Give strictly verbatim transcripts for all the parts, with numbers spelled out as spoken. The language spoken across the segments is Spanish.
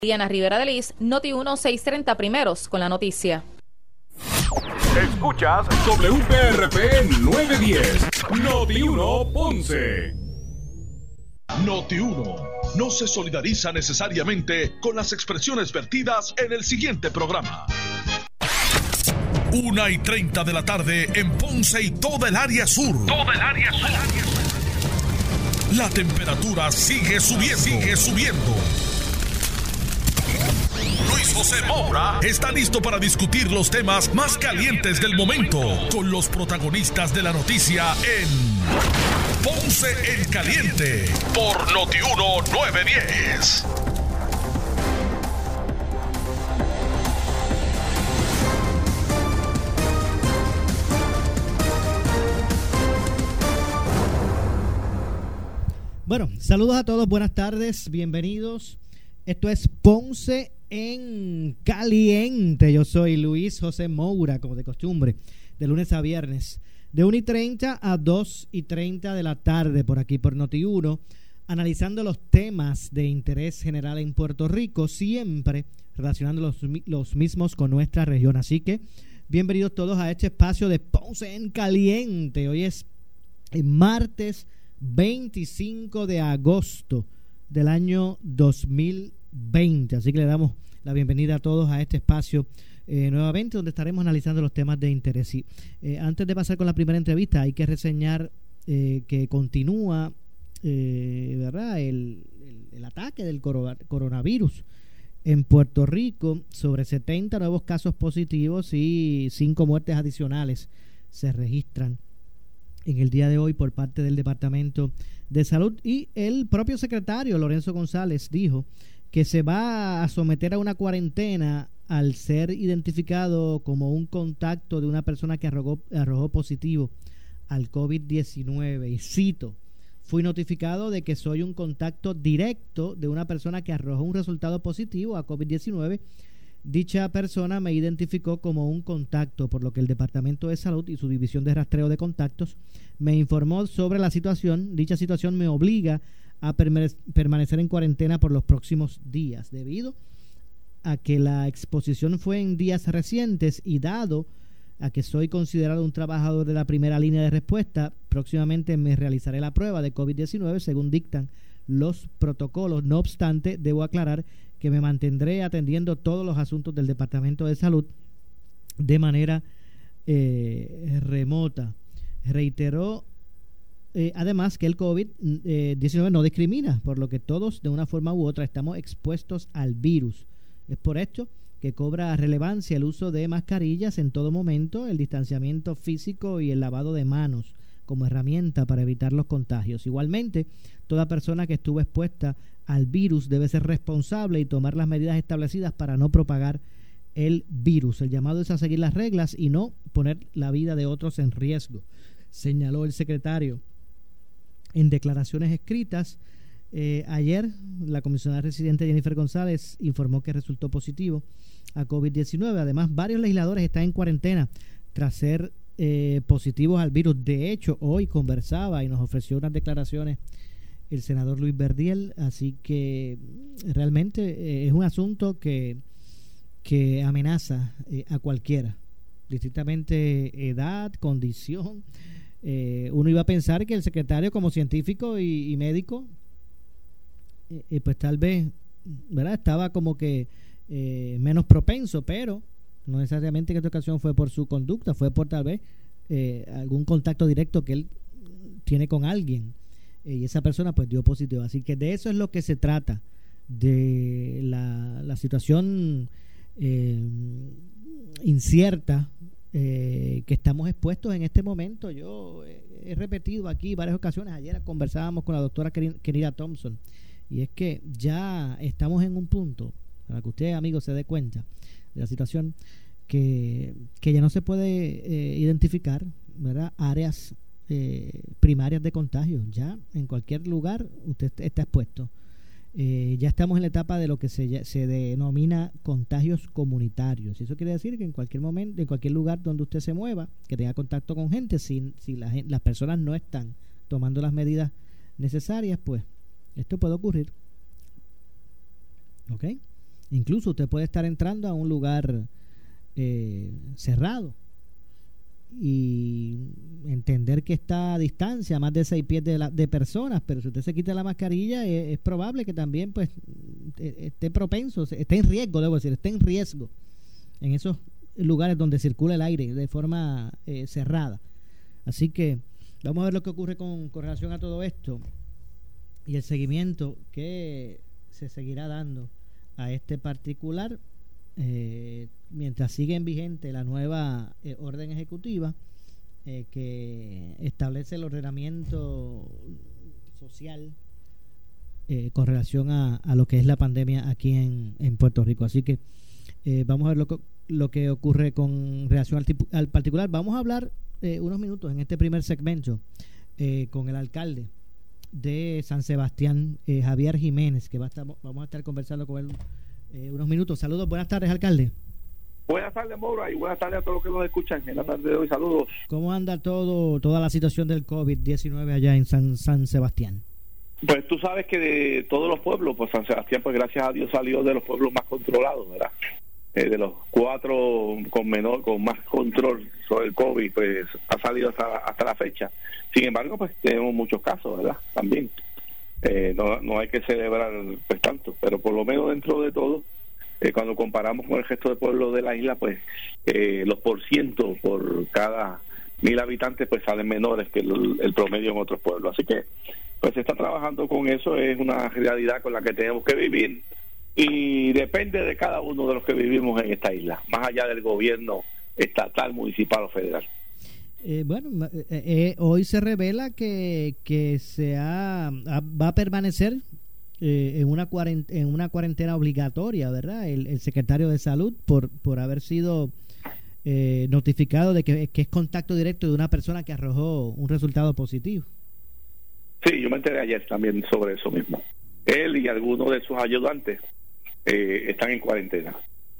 Diana Rivera de Liz, Noti uno seiscientos treinta primeros con la noticia. Escuchas W P R P nueve diez, Noti uno Ponce. Noti uno no se solidariza necesariamente con las expresiones vertidas en el siguiente programa. Una y treinta de la tarde en Ponce y toda el área sur. Toda el área sur. La temperatura sigue subiendo. Sigue subiendo. Luis José Moura está listo para discutir los temas más calientes del momento con los protagonistas de la noticia en Ponce en Caliente por Noti uno nueve diez. Bueno, saludos a todos, buenas tardes, bienvenidos. Esto es Ponce en Caliente. Yo soy Luis José Moura, como de costumbre, de lunes a viernes, de una y treinta a dos y treinta de la tarde, por aquí por Noti uno, analizando los temas de interés general en Puerto Rico, siempre relacionando los, los mismos con nuestra región. Así que, bienvenidos todos a este espacio de Ponce en Caliente. Hoy es martes veinticinco de agosto del año dos mil veinte, así que le damos la bienvenida a todos a este espacio eh, nuevamente, donde estaremos analizando los temas de interés. Y eh, antes de pasar con la primera entrevista, hay que reseñar eh, que continúa eh, ¿verdad? El, el, el ataque del coro- coronavirus en Puerto Rico. Sobre setenta nuevos casos positivos y cinco muertes adicionales se registran en el día de hoy por parte del Departamento de Salud, y el propio secretario Lorenzo González dijo que se va a someter a una cuarentena al ser identificado como un contacto de una persona que arrojó, arrojó positivo al COVID diecinueve, y cito: fui notificado de que soy un contacto directo de una persona que arrojó un resultado positivo a COVID diecinueve. Dicha persona me identificó como un contacto, por lo que el Departamento de Salud y su División de Rastreo de Contactos me informó sobre la situación. Dicha situación me obliga a permanecer en cuarentena por los próximos días, debido a que la exposición fue en días recientes y dado a que soy considerado un trabajador de la primera línea de respuesta. Próximamente me realizaré la prueba de COVID diecinueve según dictan los protocolos. No obstante, debo aclarar que me mantendré atendiendo todos los asuntos del Departamento de Salud de manera eh, remota. Reiteró eh, además que el COVID diecinueve no discrimina, por lo que todos de una forma u otra estamos expuestos al virus. Es por esto que cobra relevancia el uso de mascarillas en todo momento, el distanciamiento físico y el lavado de manos como herramienta para evitar los contagios. Igualmente, toda persona que estuvo expuesta al virus debe ser responsable y tomar las medidas establecidas para no propagar el virus. El llamado es a seguir las reglas y no poner la vida de otros en riesgo, señaló el secretario en declaraciones escritas. Eh, ayer, la comisionada residente Jennifer González informó que resultó positivo a COVID diecinueve. Además, varios legisladores están en cuarentena tras ser eh, positivos al virus. De hecho, hoy conversaba y nos ofreció unas declaraciones el senador Luis Verdiel, así que realmente eh, es un asunto que, que amenaza eh, a cualquiera, distintamente edad, condición. Eh, uno iba a pensar que el secretario, como científico y, y médico, eh, eh, pues tal vez, ¿verdad?, estaba como que eh, menos propenso, pero no necesariamente en esta ocasión fue por su conducta, fue por tal vez eh, algún contacto directo que él tiene con alguien. Y esa persona pues dio positivo. Así que de eso es lo que se trata, de la, la situación eh, incierta eh, que estamos expuestos en este momento. Yo eh, he repetido aquí varias ocasiones. Ayer conversábamos con la doctora Kenira Thompson, y es que ya estamos en un punto, para que usted, amigo, se dé cuenta de la situación, que, que ya no se puede eh, identificar, ¿verdad?, áreas Eh, primarias de contagio. Ya en cualquier lugar usted está expuesto. Eh, ya estamos en la etapa de lo que se, se denomina contagios comunitarios. Y eso quiere decir que en cualquier momento, en cualquier lugar donde usted se mueva, que tenga contacto con gente, si, si la, las personas no están tomando las medidas necesarias, pues esto puede ocurrir. ¿Ok? Incluso usted puede estar entrando a un lugar eh, cerrado y entender que está a distancia, más de seis pies de, la, de personas, pero si usted se quita la mascarilla, es, es probable que también pues esté propenso, esté en riesgo, debo decir, esté en riesgo en esos lugares donde circula el aire de forma eh, cerrada. Así que vamos a ver lo que ocurre con, con relación a todo esto y el seguimiento que se seguirá dando a este particular eh, mientras sigue en vigente la nueva eh, orden ejecutiva eh, que establece el ordenamiento social eh, con relación a, a lo que es la pandemia aquí en, en Puerto Rico. Así que eh, vamos a ver lo que, lo que ocurre con relación al, tipo, al particular. Vamos a hablar eh, unos minutos en este primer segmento eh, con el alcalde de San Sebastián, eh, Javier Jiménez, que va a estar, vamos a estar conversando con él eh, unos minutos. Saludos, buenas tardes, alcalde. Buenas tardes, Moura, y buenas tardes a todos los que nos escuchan en la tarde de hoy. Saludos. ¿Cómo anda todo toda la situación del COVID diecinueve allá en San, San Sebastián? Pues tú sabes que de todos los pueblos, pues San Sebastián, pues gracias a Dios salió de los pueblos más controlados, ¿verdad? Eh, de los cuatro con menor, con más control sobre el COVID, pues ha salido hasta, hasta la fecha. Sin embargo, pues tenemos muchos casos, ¿verdad? También. Eh, no, no hay que celebrar pues tanto, pero por lo menos dentro de todo, eh, cuando comparamos con el resto de pueblos de la isla, pues eh, los porcientos por cada mil habitantes pues salen menores que el, el promedio en otros pueblos. Así que pues se está trabajando con eso, es una realidad con la que tenemos que vivir y depende de cada uno de los que vivimos en esta isla, más allá del gobierno estatal, municipal o federal. Eh, bueno, eh, eh, hoy se revela que, que se ha, ha, va a permanecer eh, en una cuarentena, en una cuarentena obligatoria, ¿verdad? El, el secretario de Salud por, por haber sido eh, notificado de que, que es contacto directo de una persona que arrojó un resultado positivo. Sí, yo me enteré ayer también sobre eso mismo. Él y algunos de sus ayudantes eh, están en cuarentena.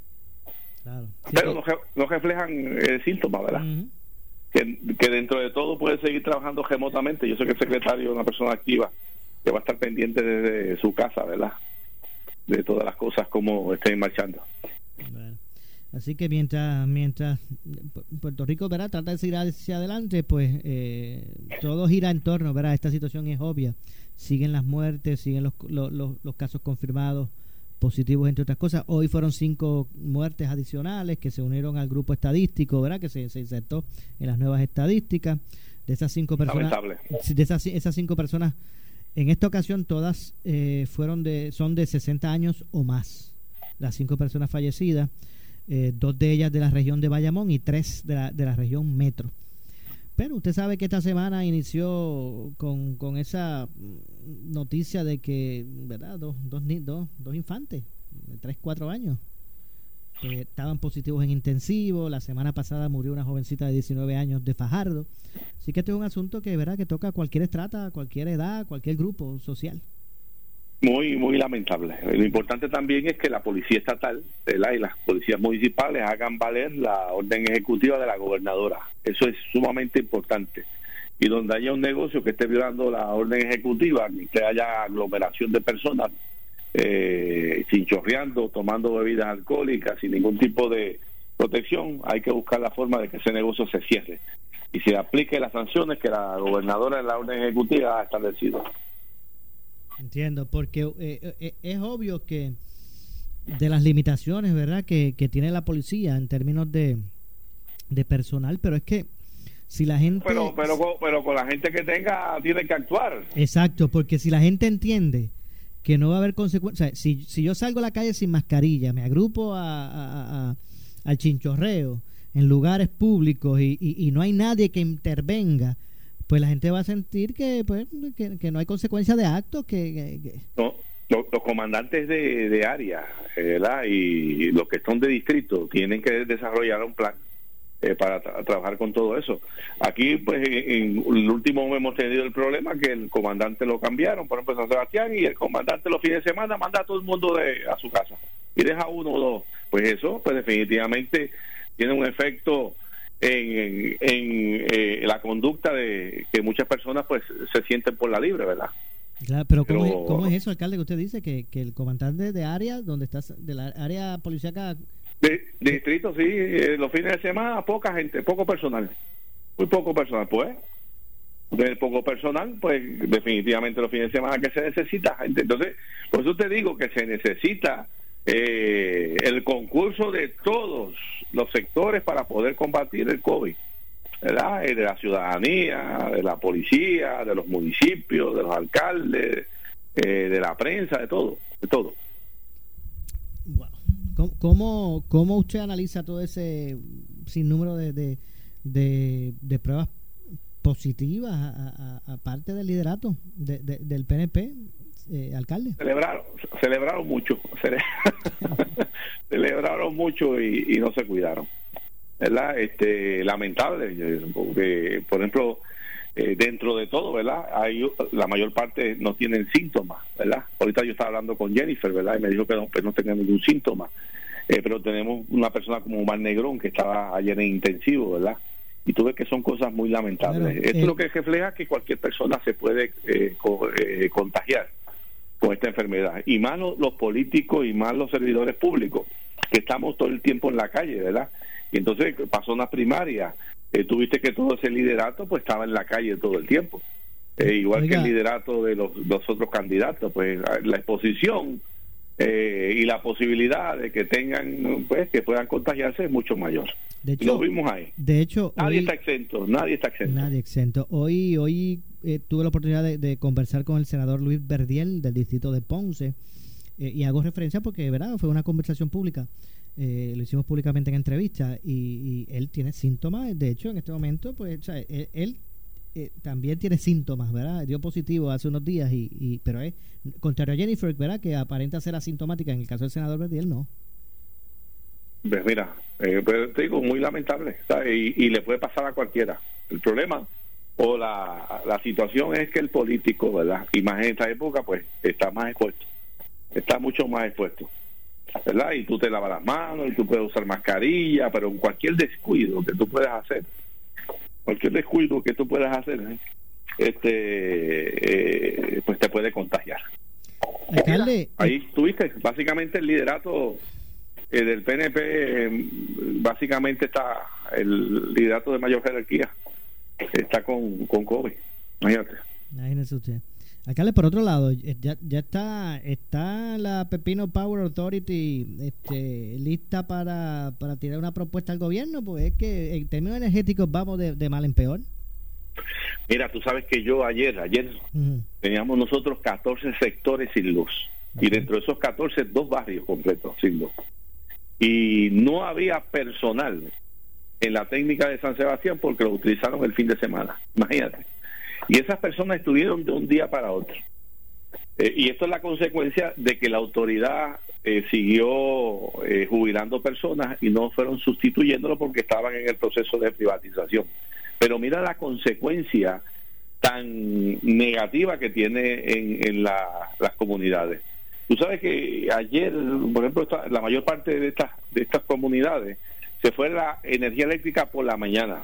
Claro. Sí, pero que... no, no reflejan el síntoma, ¿verdad? Uh-huh. que, que dentro de todo puede seguir trabajando remotamente. Yo sé que el secretario es una persona activa que va a estar pendiente desde su casa, ¿verdad? De todas las cosas como estén marchando. Bueno, así que mientras mientras Puerto Rico, ¿verdad?, trata de seguir hacia adelante, pues eh, todo gira en torno, ¿verdad? Esta situación es obvia. Siguen las muertes, siguen los, los, los, los casos confirmados positivos, entre otras cosas. Hoy fueron cinco muertes adicionales que se unieron al grupo estadístico, ¿verdad?, que se, se insertó en las nuevas estadísticas. De esas cinco personas, de esas, esas cinco personas, en esta ocasión todas eh, fueron de son de sesenta años o más. Las cinco personas fallecidas, eh, dos de ellas de la región de Bayamón y tres de la, de la región metro. Pero usted sabe que esta semana inició con, con esa noticia de que, ¿verdad?, dos, dos, dos, dos infantes de tres, cuatro años que estaban positivos en intensivo. La semana pasada murió una jovencita de diecinueve años de Fajardo. Así que este es un asunto que, ¿verdad?, que toca a cualquier estrata, a cualquier edad, cualquier grupo social. Muy, muy lamentable. Lo importante también es que la policía estatal de la, y las policías municipales hagan valer la orden ejecutiva de la gobernadora. Eso es sumamente importante. Y donde haya un negocio que esté violando la orden ejecutiva, que haya aglomeración de personas eh, chinchorreando, tomando bebidas alcohólicas sin ningún tipo de protección, hay que buscar la forma de que ese negocio se cierre y se aplique las sanciones que la gobernadora de la orden ejecutiva ha establecido. Entiendo, porque eh, eh, es obvio que de las limitaciones, ¿verdad?, que, que tiene la policía en términos de, de personal, pero es que si la gente... Pero, pero, pero con la gente que tenga tiene que actuar. Exacto, porque si la gente entiende que no va a haber consecuencias, si, si yo salgo a la calle sin mascarilla, me agrupo a, a, a, al chinchorreo en lugares públicos y, y, y no hay nadie que intervenga, pues la gente va a sentir que pues que, que no hay consecuencia de actos que, que, que... No, los, los comandantes de, de área, ¿verdad?, y los que son de distrito tienen que desarrollar un plan eh, para tra- trabajar con todo eso. Aquí pues en, en el último hemos tenido el problema que el comandante lo cambiaron, por ejemplo, San Sebastián, y el comandante los fines de semana manda a todo el mundo de, a su casa y deja uno o dos. Pues eso pues definitivamente tiene un efecto en, en, en eh, la conducta de que muchas personas pues se sienten por la libre, ¿verdad? Claro, pero ¿cómo, Pero- es, ¿cómo es eso, alcalde, que usted dice que, que el comandante de área, donde está, de la área policíaca, De, de distrito, sí, eh, los fines de semana, poca gente, poco personal. Muy poco personal, pues. De poco personal, pues definitivamente los fines de semana que se necesita gente. Entonces, por eso te digo que se necesita eh, el concurso de todos los sectores para poder combatir el COVID, ¿verdad? Eh, De la ciudadanía, de la policía, de los municipios, de los alcaldes, eh, de la prensa, de todo, de todo. wow, ¿cómo, cómo, cómo usted analiza todo ese sinnúmero de, de, de, de pruebas positivas a, a, a parte del liderato de, de, del P N P, eh, alcalde? Celebraron, celebraron mucho, cele- celebraron mucho y, y no se cuidaron, ¿verdad? Este, lamentable, eh, porque, por ejemplo, eh, dentro de todo, ¿verdad? Hay, la mayor parte no tienen síntomas, ¿verdad? Ahorita yo estaba hablando con Jennifer, ¿verdad? Y me dijo que no, pues no tenía ningún síntoma, eh, pero tenemos una persona como Omar Negrón que estaba ayer en intensivo, ¿verdad? Y tú ves que son cosas muy lamentables. Bueno, Esto eh, es lo que refleja que cualquier persona se puede eh, co- eh, contagiar con esta enfermedad, y más los, los políticos y más los servidores públicos, que estamos todo el tiempo en la calle, ¿verdad? Y entonces pasó una primaria, eh, tuviste que todo ese liderato pues estaba en la calle todo el tiempo, eh, igual Oiga. que el liderato de los, los otros candidatos, pues la exposición eh, y la posibilidad de que tengan, pues que puedan contagiarse es mucho mayor. De Y lo hecho, vimos ahí. de hecho Nadie hoy, está exento, nadie está exento. nadie exento. Hoy, hoy eh, tuve la oportunidad de, de conversar con el senador Luis Verdiel del distrito de Ponce, eh, y hago referencia porque, ¿verdad?, fue una conversación pública, eh, lo hicimos públicamente en entrevista, y, y él tiene síntomas. De hecho, en este momento, pues, o sea, él, él eh, también tiene síntomas, ¿verdad? Dio positivo hace unos días, y, y pero es contrario a Jennifer, ¿verdad?, que aparenta ser asintomática. En el caso del senador Verdiel, no. Pues mira, eh, pues te digo, muy lamentable, ¿sabes? Y, y le puede pasar a cualquiera. El problema o la, la situación es que el político, ¿verdad? Y más en esta época, pues está más expuesto, está mucho más expuesto, ¿verdad? Y tú te lavas las manos, y tú puedes usar mascarilla, pero en cualquier descuido que tú puedas hacer, cualquier descuido que tú puedas hacer, ¿eh? este, eh, pues te puede contagiar. Alcalde, Ahí tuviste, básicamente el liderato eh, del P N P, eh, básicamente está el liderato de mayor jerarquía, está con, con COVID, imagínate. imagínese usted. Alcalde, por otro lado, eh, ya, ya está está la Pepino Power Authority este, lista para, para tirar una propuesta al gobierno, pues es que en términos energéticos vamos de, de mal en peor. Mira, tú sabes que yo ayer, ayer Ujú. teníamos nosotros catorce sectores sin luz, y dentro de esos catorce, dos barrios completos sin luz. Y no había personal en la técnica de San Sebastián porque lo utilizaron el fin de semana, imagínate. Y esas personas estuvieron de un día para otro. Eh, y esto es la consecuencia de que la autoridad eh, siguió eh, jubilando personas y no fueron sustituyéndolo porque estaban en el proceso de privatización. Pero mira la consecuencia tan negativa que tiene en, en la, las comunidades. Tú sabes que ayer, por ejemplo, esta, la mayor parte de estas de estas comunidades se fue la energía eléctrica por la mañana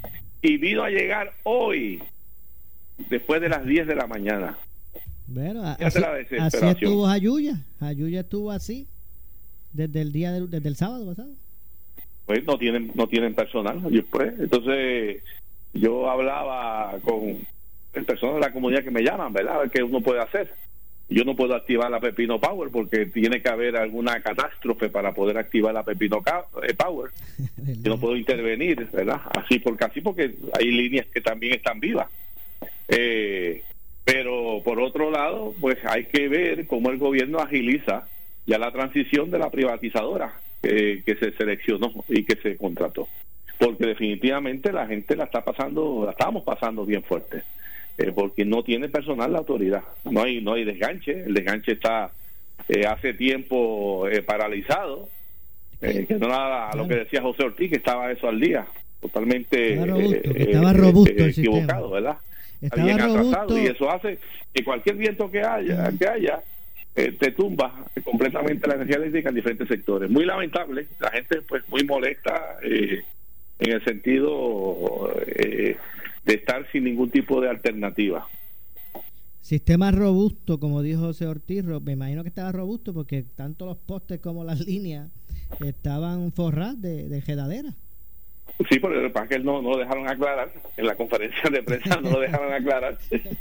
y vino a llegar hoy después de las diez de la mañana. Bueno, a- Fíjate así, la así desesperación. estuvo Jayuya. Jayuya estuvo así desde el día del, desde el sábado pasado. Pues no tienen no tienen personal. Y pues, entonces yo hablaba con personas de la comunidad que me llaman, ¿verdad? A ver qué uno puede hacer. Yo no puedo activar la Pepino Power porque tiene que haber alguna catástrofe para poder activar la Pepino Ca- eh, Power. Yo no puedo intervenir, ¿verdad? Así porque así porque hay líneas que también están vivas. Eh, pero por otro lado, pues hay que ver cómo el gobierno agiliza ya la transición de la privatizadora eh, que se seleccionó y que se contrató, porque definitivamente la gente la está pasando, la estamos pasando bien fuerte, eh, porque no tiene personal la autoridad, no hay no hay desganche, el desganche está eh, hace tiempo eh, paralizado, eh, que no nada a lo que decía José Ortiz, que estaba eso al día, totalmente Estaba robusto, eh, que estaba eh, robusto eh, el sistema. equivocado, ¿verdad? Estaba Bien atrasado, robusto. y eso hace que cualquier viento que haya, que haya eh, te tumba completamente la energía eléctrica en diferentes sectores. Muy lamentable, la gente pues muy molesta eh, en el sentido eh, de estar sin ningún tipo de alternativa. sistema robusto, como dijo José Ortiz, me imagino que estaba robusto porque tanto los postes como las líneas estaban forradas de, de enredadera. Sí, pero lo que pasa es que no, no lo dejaron aclarar. En la conferencia de prensa no lo dejaron aclarar.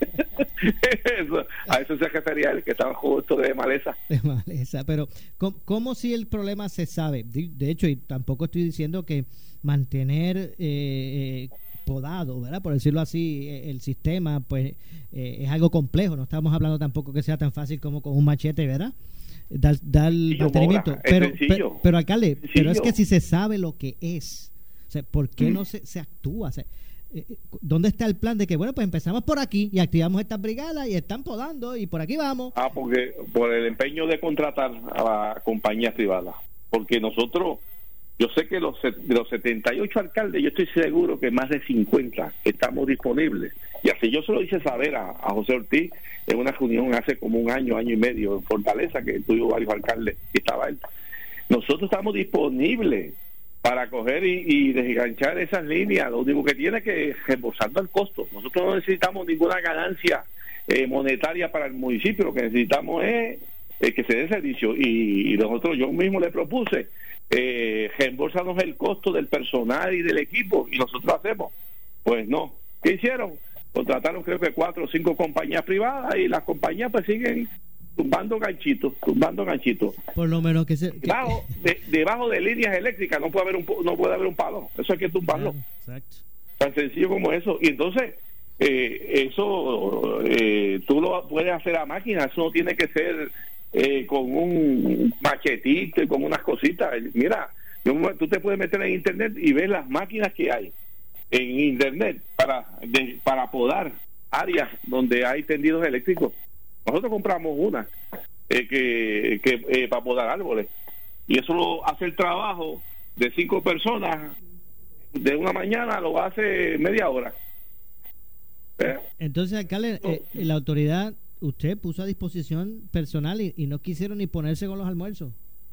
Eso, a eso se refería él, que estaba justo de maleza. De maleza, pero ¿cómo, cómo si el problema se sabe? De, de hecho, y tampoco estoy diciendo que mantener eh, eh, podado, ¿verdad? Por decirlo así, el sistema, pues eh, es algo complejo. No estamos hablando tampoco que sea tan fácil como con un machete, ¿verdad? Dar, dar sí, mantenimiento. Mora, pero, pero, pero, pero, alcalde, sencillo. pero es que si se sabe lo que es, o sea, ¿por qué mm. no se, se actúa? O sea, ¿dónde está el plan de que, bueno, pues empezamos por aquí y activamos estas brigadas y están podando y por aquí vamos? Ah, porque por el empeño de contratar a compañías privadas. Porque nosotros, yo sé que los, de los setenta y ocho alcaldes, yo estoy seguro que más de cincuenta estamos disponibles. Y así yo se lo hice saber a, a José Ortiz en una reunión hace como un año, año y medio en Fortaleza, que tuvo varios alcaldes y estaba él. Nosotros estamos disponibles para coger y, y desganchar esas líneas. Lo único que tiene que reembolsando el costo. Nosotros no necesitamos ninguna ganancia eh, monetaria para el municipio. Lo que necesitamos es eh, que se dé servicio. Y, y nosotros, yo mismo le propuse eh, reembolsarnos el costo del personal y del equipo, y nosotros hacemos. Pues no. ¿Qué hicieron? Contrataron creo que cuatro o cinco compañías privadas, y las compañías pues siguen tumbando ganchitos, tumbando ganchitos. Por lo menos que se... Que... Debajo, de, debajo de líneas eléctricas no puede haber un no puede haber un palo. Eso hay que tumbarlo. Claro, exacto. Tan sencillo como eso. Y entonces, eh, eso eh, tú lo puedes hacer a máquina. Eso no tiene que ser eh, con un machetito y con unas cositas. Mira, tú te puedes meter en internet y ver las máquinas que hay en internet para, de, para podar áreas donde hay tendidos eléctricos. Nosotros compramos una eh, que, que eh, para podar árboles, y eso lo hace el trabajo de cinco personas de una mañana, lo hace media hora. ¿Eh? Entonces, alcalde, eh, la autoridad, usted puso a disposición personal y, y no quisieron ni ponerse con los almuerzos.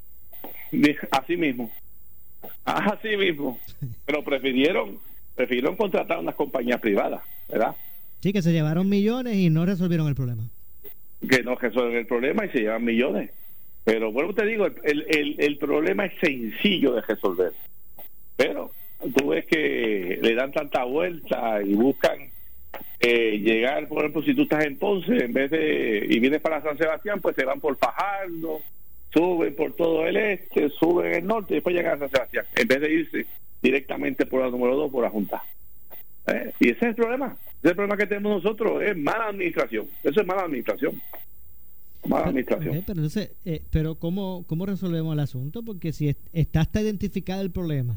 Así mismo, así mismo, pero prefirieron prefirieron contratar unas compañías privadas, ¿verdad? Sí, que se llevaron millones y no resolvieron el problema. Que no resuelven el problema y se llevan millones. Pero bueno, te digo, el, el, el problema es sencillo de resolver. Pero tú ves que le dan tanta vuelta y buscan eh, llegar, por ejemplo, si tú estás en Ponce, en vez de y vienes para San Sebastián, pues se van por Fajardo, suben por todo el este, suben el norte y después llegan a San Sebastián, en vez de irse directamente por la número dos, por la Junta. ¿Eh? Y ese es el problema. Ese es el problema que tenemos nosotros, es mala administración. Eso es mala administración. Mala administración. Okay, pero entonces, eh, pero ¿cómo, ¿cómo resolvemos el asunto? Porque si es, está hasta identificado el problema.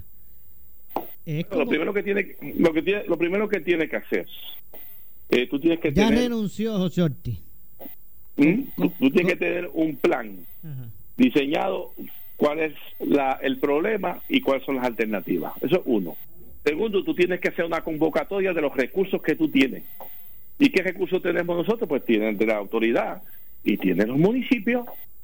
Es como... Lo primero que tiene, lo que tiene, lo primero que tiene que hacer, eh, tú tienes que ya tener. Ya renunció José Ortiz. ¿Mm? Tú, tú tienes que tener un plan Ajá. diseñado, cuál es la, el problema y cuáles son las alternativas. Eso es uno. Segundo, tú tienes que hacer una convocatoria de los recursos que tú tienes. ¿Y qué recursos tenemos nosotros? Pues tienen de la autoridad y tienen los municipios.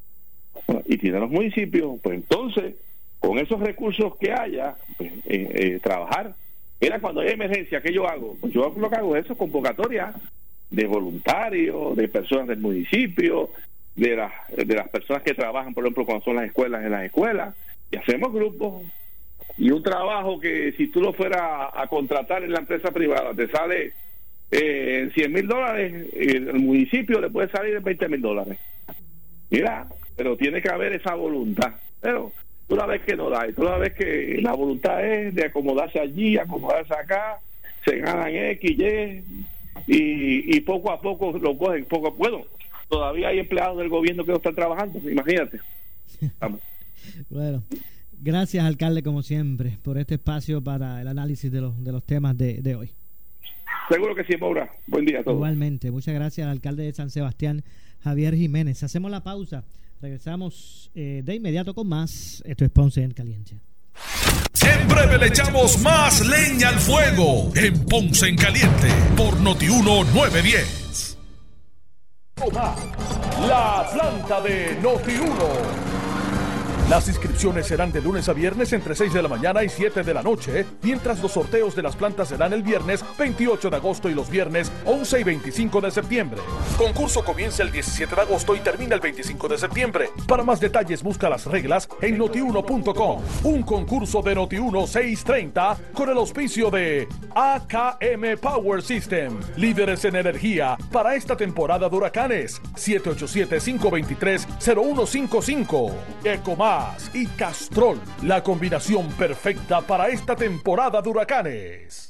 Y tienen los municipios. Pues entonces, con esos recursos que haya, pues, eh, eh, trabajar. Mira, cuando hay emergencia, ¿qué yo hago? Pues yo lo que hago es eso, convocatoria de voluntarios, de personas del municipio, de las, de las personas que trabajan, por ejemplo, cuando son las escuelas, en las escuelas, y hacemos grupos. Y un trabajo que si tú lo fueras a contratar en la empresa privada te sale eh, cien mil dólares, el municipio le puede salir en veinte mil dólares. Mira, pero tiene que haber esa voluntad. Pero tú la ves que no da, y tú la ves que la voluntad es de acomodarse allí, acomodarse acá, se ganan X, Y, y, y poco a poco lo cogen. Poco a poco. Todavía hay empleados del gobierno que no están trabajando, imagínate. Vamos. Bueno. Gracias, alcalde, como siempre, por este espacio para el análisis de los de los temas de, de hoy. Seguro que sí, Maura. Buen día a todos. Igualmente. Muchas gracias al alcalde de San Sebastián, Javier Jiménez. Hacemos la pausa. Regresamos eh, de inmediato con más. Esto es Ponce en Caliente. En breve le echamos más leña al fuego en Ponce en Caliente por Noti uno nueve diez. La planta de Noti uno. Las inscripciones serán de lunes a viernes entre seis de la mañana y siete de la noche, mientras los sorteos de las plantas serán el viernes veintiocho de agosto y los viernes once y veinticinco de septiembre. Concurso comienza el diecisiete de agosto y termina el veinticinco de septiembre. Para más detalles busca las reglas en noti uno punto com. Un concurso de Noti uno seiscientos treinta con el auspicio de A K M Power System, líderes en energía para esta temporada de huracanes. siete ocho siete, cinco dos tres, cero uno cinco cinco. Ecomás y Castrol, la combinación perfecta para esta temporada de huracanes.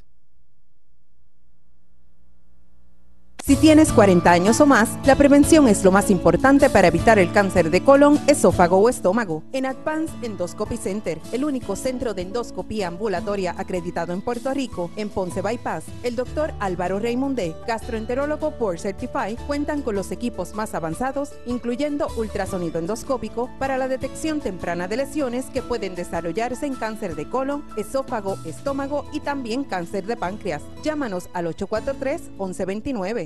Si tienes cuarenta años o más, la prevención es lo más importante para evitar el cáncer de colon, esófago o estómago. En Advanced Endoscopy Center, el único centro de endoscopía ambulatoria acreditado en Puerto Rico, en Ponce Bypass, el doctor Álvaro Raymondé, gastroenterólogo Board Certified, cuentan con los equipos más avanzados, incluyendo ultrasonido endoscópico para la detección temprana de lesiones que pueden desarrollarse en cáncer de colon, esófago, estómago y también cáncer de páncreas. Llámanos al ocho cuatro tres, once veintinueve.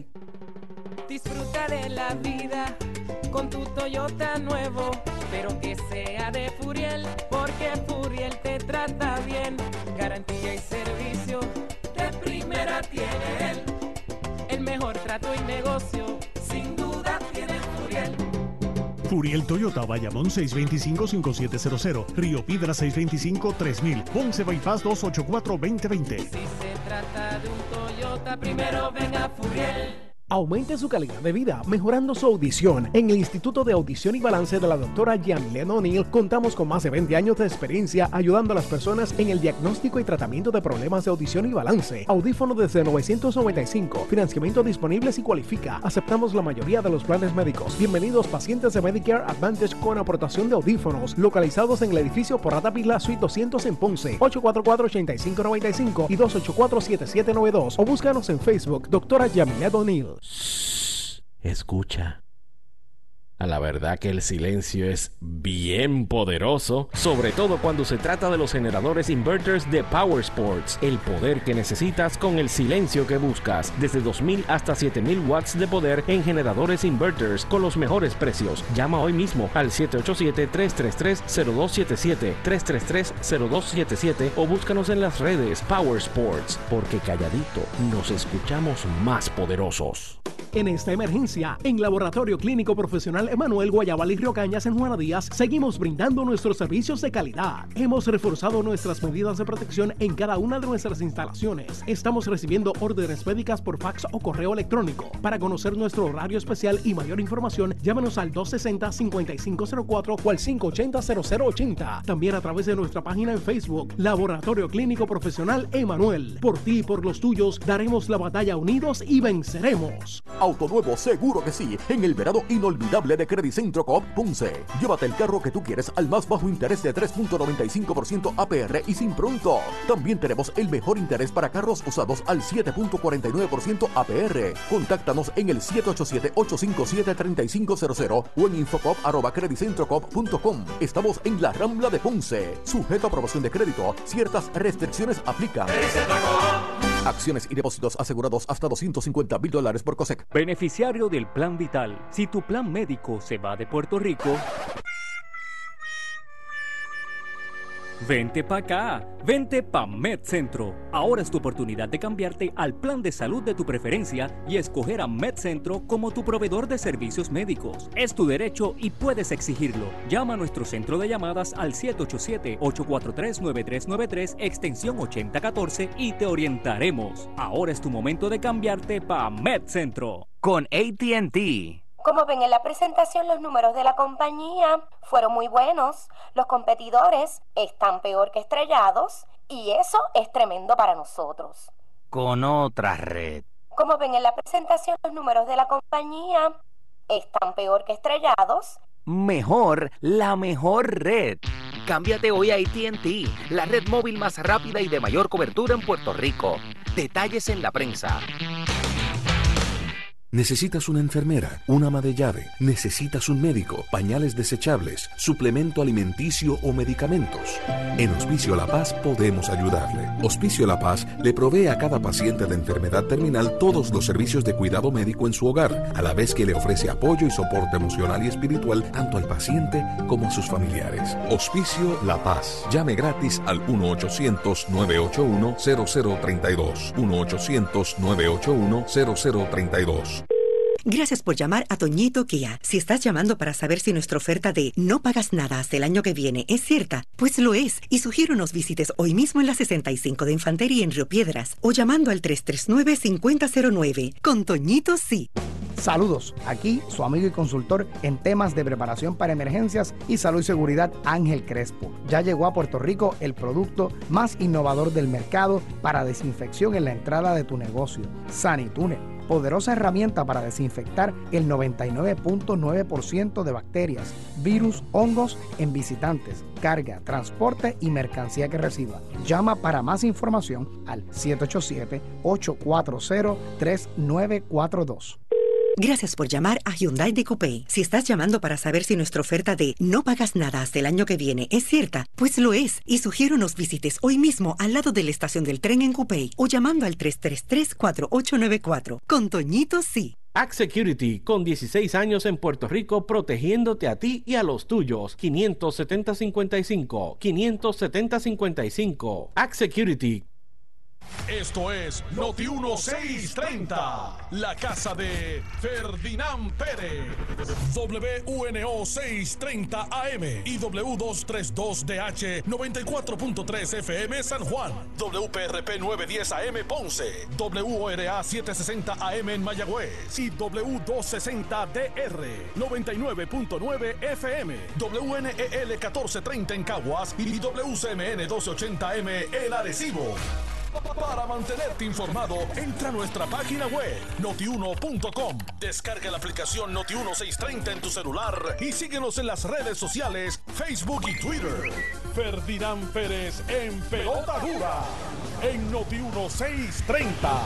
Disfruta de la vida con tu Toyota nuevo, pero que sea de Furiel, porque Furiel te trata bien. Garantía y servicio de primera tiene él. El mejor trato y negocio, sin duda tiene Furiel. Furiel Toyota, Bayamón seis dos cinco, cinco siete cero cero, Río Piedra seis dos cinco, tres mil, Ponce Bypass dos ocho cuatro, dos cero dos cero. Si se trata de un Toyota, primero venga Furiel. Aumente su calidad de vida mejorando su audición. En el Instituto de Audición y Balance de la doctora Yamilena O'Neill contamos con más de veinte años de experiencia ayudando a las personas en el diagnóstico y tratamiento de problemas de audición y balance. Audífono desde novecientos noventa y cinco, financiamiento disponible si cualifica. Aceptamos la mayoría de los planes médicos. Bienvenidos pacientes de Medicare Advantage con aportación de audífonos, localizados en el edificio Porrata Pila Suite doscientos en Ponce, ocho cuatro cuatro, ocho cinco nueve cinco y dos ocho cuatro, siete siete nueve dos, o búscanos en Facebook, doctora Yamilena O'Neill. Shh, escucha. A la verdad que el silencio es bien poderoso, sobre todo cuando se trata de los generadores inverters de Power Sports. El poder que necesitas con el silencio que buscas. Desde dos mil hasta siete mil watts de poder en generadores inverters con los mejores precios. Llama hoy mismo al siete ocho siete, tres tres tres, cero dos siete siete, tres tres tres, cero dos siete siete o búscanos en las redes Power Sports, porque calladito nos escuchamos más poderosos. En esta emergencia, en Laboratorio Clínico Profesional Emanuel Guayabal y Río Cañas en Juana Díaz, seguimos brindando nuestros servicios de calidad. Hemos reforzado nuestras medidas de protección en cada una de nuestras instalaciones. Estamos recibiendo órdenes médicas por fax o correo electrónico. Para conocer nuestro horario especial y mayor información, llámanos al dos sesenta, cincuenta y cinco cero cuatro o al cinco ochenta, cero cero ochenta. También a través de nuestra página en Facebook, Laboratorio Clínico Profesional Emanuel. Por ti y por los tuyos, daremos la batalla unidos y venceremos. Auto nuevo, seguro que sí, en el verano inolvidable de Credicentro Coop Ponce. Llévate el carro que tú quieres al más bajo interés de tres punto noventa y cinco por ciento A P R y sin pronto. También tenemos el mejor interés para carros usados al siete punto cuarenta y nueve por ciento A P R. Contáctanos en el siete ocho siete, ocho cinco siete, tres cinco cero cero o en infocop arroba credicentrocop punto com. Estamos en la Rambla de Ponce. Sujeto a aprobación de crédito. Ciertas restricciones aplican. Acciones y depósitos asegurados hasta doscientos cincuenta mil dólares por COSEC. Beneficiario del Plan Vital. Si tu plan médico se va de Puerto Rico, vente pa' acá, vente pa' MedCentro. Ahora es tu oportunidad de cambiarte al plan de salud de tu preferencia y escoger a MedCentro como tu proveedor de servicios médicos. Es tu derecho y puedes exigirlo. Llama a nuestro centro de llamadas al siete ocho siete, ocho cuatro tres, nueve tres nueve tres, extensión ochenta catorce y te orientaremos. Ahora es tu momento de cambiarte pa' MedCentro. Con A T and T. Como ven en la presentación, los números de la compañía fueron muy buenos. Los competidores están peor que estrellados y eso es tremendo para nosotros. Con otra red. Como ven en la presentación, los números de la compañía están peor que estrellados. Mejor, la mejor red. Cámbiate hoy a A T and T, la red móvil más rápida y de mayor cobertura en Puerto Rico. Detalles en la prensa. Necesitas una enfermera, una ama de llave, necesitas un médico, pañales desechables, suplemento alimenticio o medicamentos. En Hospicio La Paz podemos ayudarle. Hospicio La Paz le provee a cada paciente de enfermedad terminal todos los servicios de cuidado médico en su hogar, a la vez que le ofrece apoyo y soporte emocional y espiritual tanto al paciente como a sus familiares. Hospicio La Paz. Llame gratis al uno ochocientos, nueve ocho uno, cero cero tres dos. uno ochocientos, nueve ocho uno, cero cero tres dos. Gracias por llamar a Toñito Kia. Si estás llamando para saber si nuestra oferta de no pagas nada hasta el año que viene es cierta, pues lo es. Y sugiero nos visites hoy mismo en la sesenta y cinco de Infantería en Río Piedras o llamando al tres tres nueve, cinco cero cero nueve. Con Toñito sí. Saludos, aquí su amigo y consultor en temas de preparación para emergencias y salud y seguridad, Ángel Crespo. Ya llegó a Puerto Rico el producto más innovador del mercado para desinfección en la entrada de tu negocio, Sanitúnel. Poderosa herramienta para desinfectar el noventa y nueve punto nueve por ciento de bacterias, virus, hongos en visitantes, carga, transporte y mercancía que reciba. Llama para más información al siete ocho siete, ocho cuatro cero, tres nueve cuatro dos. Gracias por llamar a Hyundai de Coupé. Si estás llamando para saber si nuestra oferta de no pagas nada hasta el año que viene es cierta, pues lo es. Y sugiero nos visites hoy mismo al lado de la estación del tren en Coupé o llamando al tres tres tres, cuatro ocho nueve cuatro. Con Toñito sí. Axe Security, con dieciséis años en Puerto Rico, protegiéndote a ti y a los tuyos. quinientos setenta cincuenta y cinco, quinientos setenta cincuenta y cinco. Axe Security. Esto es Noti uno seiscientos treinta, la casa de Ferdinand Pérez. W U N O seiscientos treinta A M y W doscientos treinta y dos D H noventa y cuatro punto tres F M San Juan. W P R P novecientos diez A M Ponce. W O R A setecientos sesenta A M en Mayagüez. Y W doscientos sesenta D R noventa y nueve punto nueve F M. W N E L catorce treinta en Caguas y W C M N doce ochenta A M en Arecibo. Para mantenerte informado, entra a nuestra página web noti uno punto com. Descarga la aplicación Noti uno seiscientos treinta en tu celular y síguenos en las redes sociales, Facebook y Twitter. Ferdinand Pérez en Pelota Dura en Noti uno seiscientos treinta.